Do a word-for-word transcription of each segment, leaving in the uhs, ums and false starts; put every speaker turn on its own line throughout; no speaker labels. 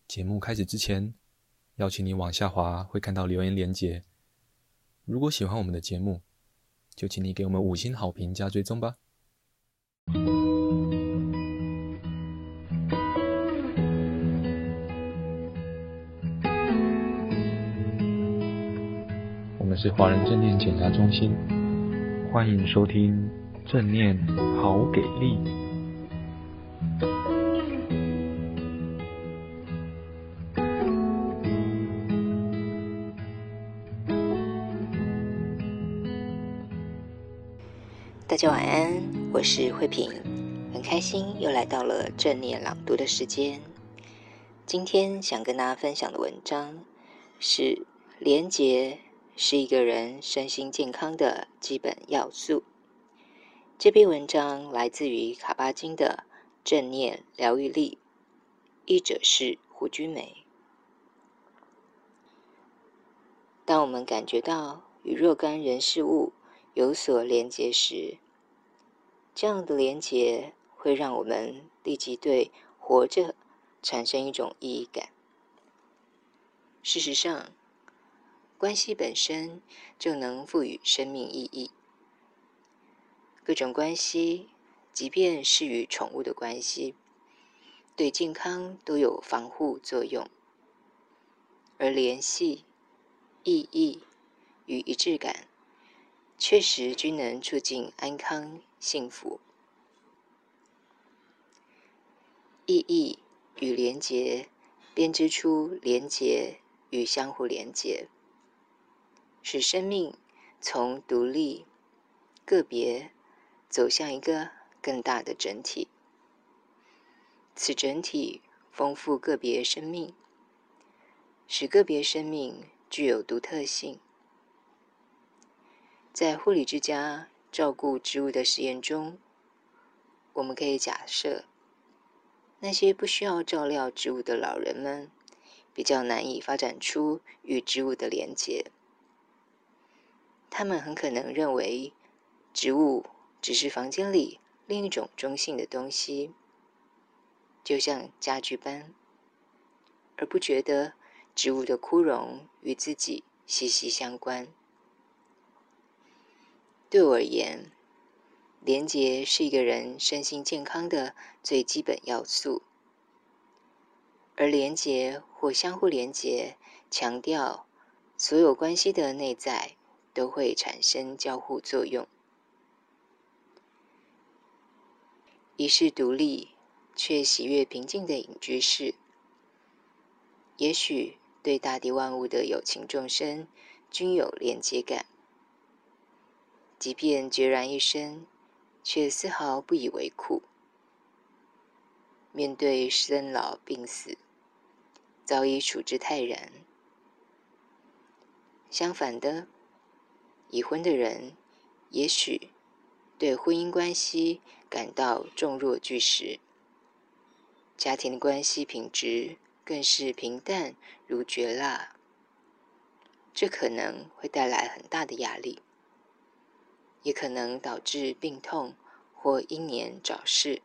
节目开始之前，邀请你往下滑，会看到留言连结。如果喜欢我们的节目，就请你给我们五星好评加追踪吧。我们是华人正念减压中心，欢迎收听正念好给力。
大家晚安，我是慧萍，很开心又来到了正念朗读的时间。今天想跟大家分享的文章是连结是一个人身心健康的基本要素。这篇文章来自于卡巴金的正念疗愈力，译者是胡君梅。当我们感觉到与若干人事物有所连结时，这样的连结会让我们立即对活着产生一种意义感。事实上，关系本身就能赋予生命意义。各种关系，即便是与宠物的关系，对健康都有防护作用。而联系、意义与一致感，确实均能促进安康幸福。意义与连结编织出连结与相互连结，使生命从独立、个别走向一个更大的整体。此整体丰富个别生命，使个别生命具有独特性。在护理之家照顾植物的实验中，我们可以假设，那些不需要照料植物的老人们，比较难以发展出与植物的连结。他们很可能认为，植物只是房间里另一种中性的东西，就像家具般，而不觉得植物的枯荣与自己息息相关。对我而言，连结是一个人身心健康的最基本要素，而连结或相互连结强调所有关系的内在都会产生交互作用。一是独立却喜悦平静的隐居士，也许对大地万物的有情众生均有连结感，即便孑然一身，却丝毫不以为苦。面对生老病死，早已处之泰然。相反的，已婚的人也许对婚姻关系感到重若巨石，家庭的关系品质更是平淡如绝蜡，这可能会带来很大的压力，也可能导致病痛或英年早逝。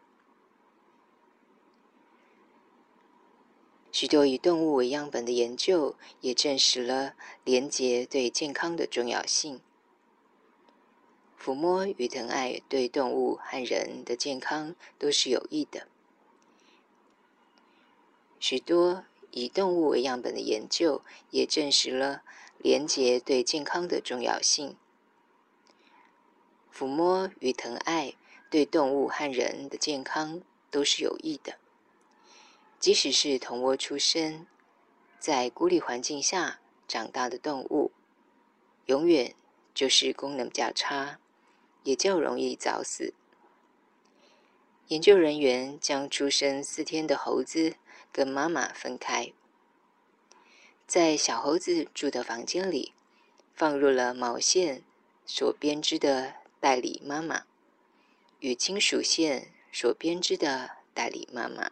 许多以动物为样本的研究也证实了连结对健康的重要性。抚摸与疼爱对动物和人的健康都是有益的。许多以动物为样本的研究也证实了连结对健康的重要性。抚摸与疼爱对动物和人的健康都是有益的。即使是同窝出生，在孤立环境下长大的动物，永远就是功能较差，也较容易早死。研究人员将出生四天的猴子跟妈妈分开，在小猴子住的房间里，放入了毛线所编织的代理妈妈与金属线所编织的代理妈妈。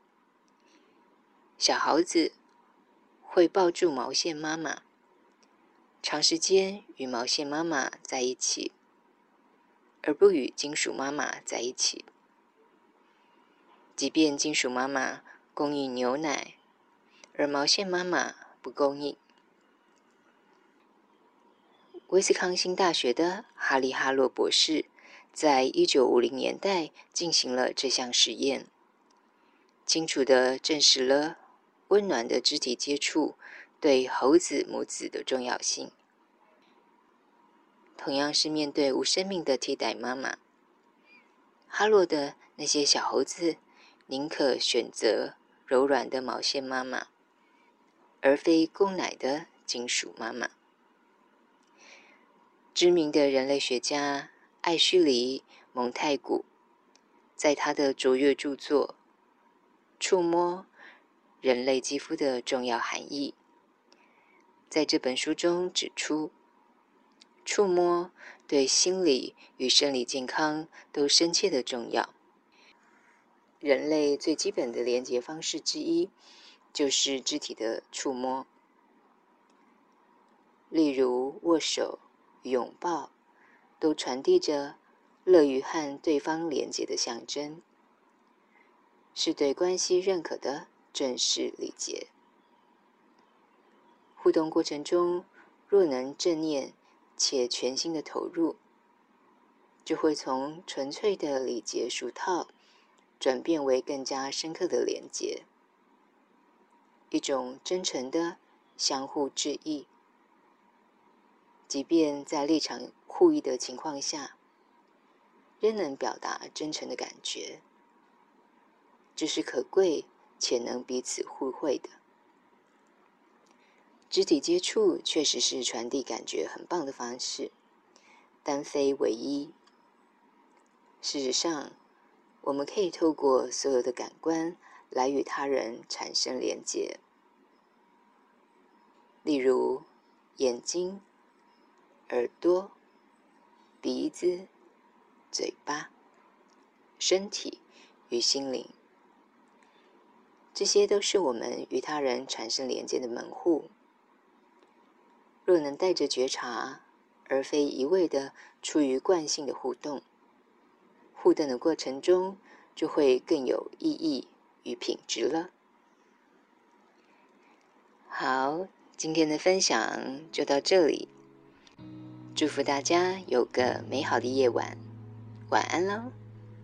小猴子会抱住毛线妈妈，长时间与毛线妈妈在一起，而不与金属妈妈在一起。即便金属妈妈供应牛奶， 而毛线妈妈不供应。威斯康星大学的哈利·哈洛博士在一九五零年代进行了这项实验，清楚地证实了温暖的肢体接触对猴子母子的重要性。同样是面对无生命的替代妈妈，哈洛的那些小猴子宁可选择柔软的毛线妈妈，而非供奶的金属妈妈。知名的人类学家艾须里·蒙泰古在他的卓越著作《触摸人类肌肤的重要含义》在这本书中指出，触摸对心理与生理健康都深切的重要。人类最基本的连结方式之一就是肢体的触摸，例如握手、拥抱，都传递着乐于和对方连结的象征，是对关系认可的正式礼节。互动过程中，若能正念且全心的投入，就会从纯粹的礼节俗套转变为更加深刻的连结，一种真诚的相互致意。即便在立场互异的情况下，仍能表达真诚的感觉，这是可贵且能彼此互惠的。肢体接触确实是传递感觉很棒的方式，但非唯一。事实上，我们可以透过所有的感官来与他人产生连结，例如眼睛、耳朵、鼻子、嘴巴、身体与心灵，这些都是我们与他人产生连接的门户。若能带着觉察，而非一味的出于惯性的互动，互动的过程中就会更有意义与品质了。好，今天的分享就到这里，祝福大家有个美好的夜晚，晚安喽。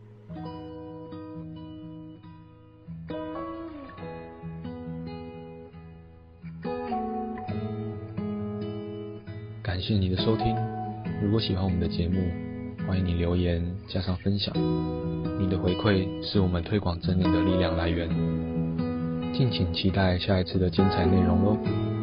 感谢你的收听，如果喜欢我们的节目，欢迎你留言加上分享，你的回馈是我们推广正念的力量来源。敬请期待下一次的精彩内容咯。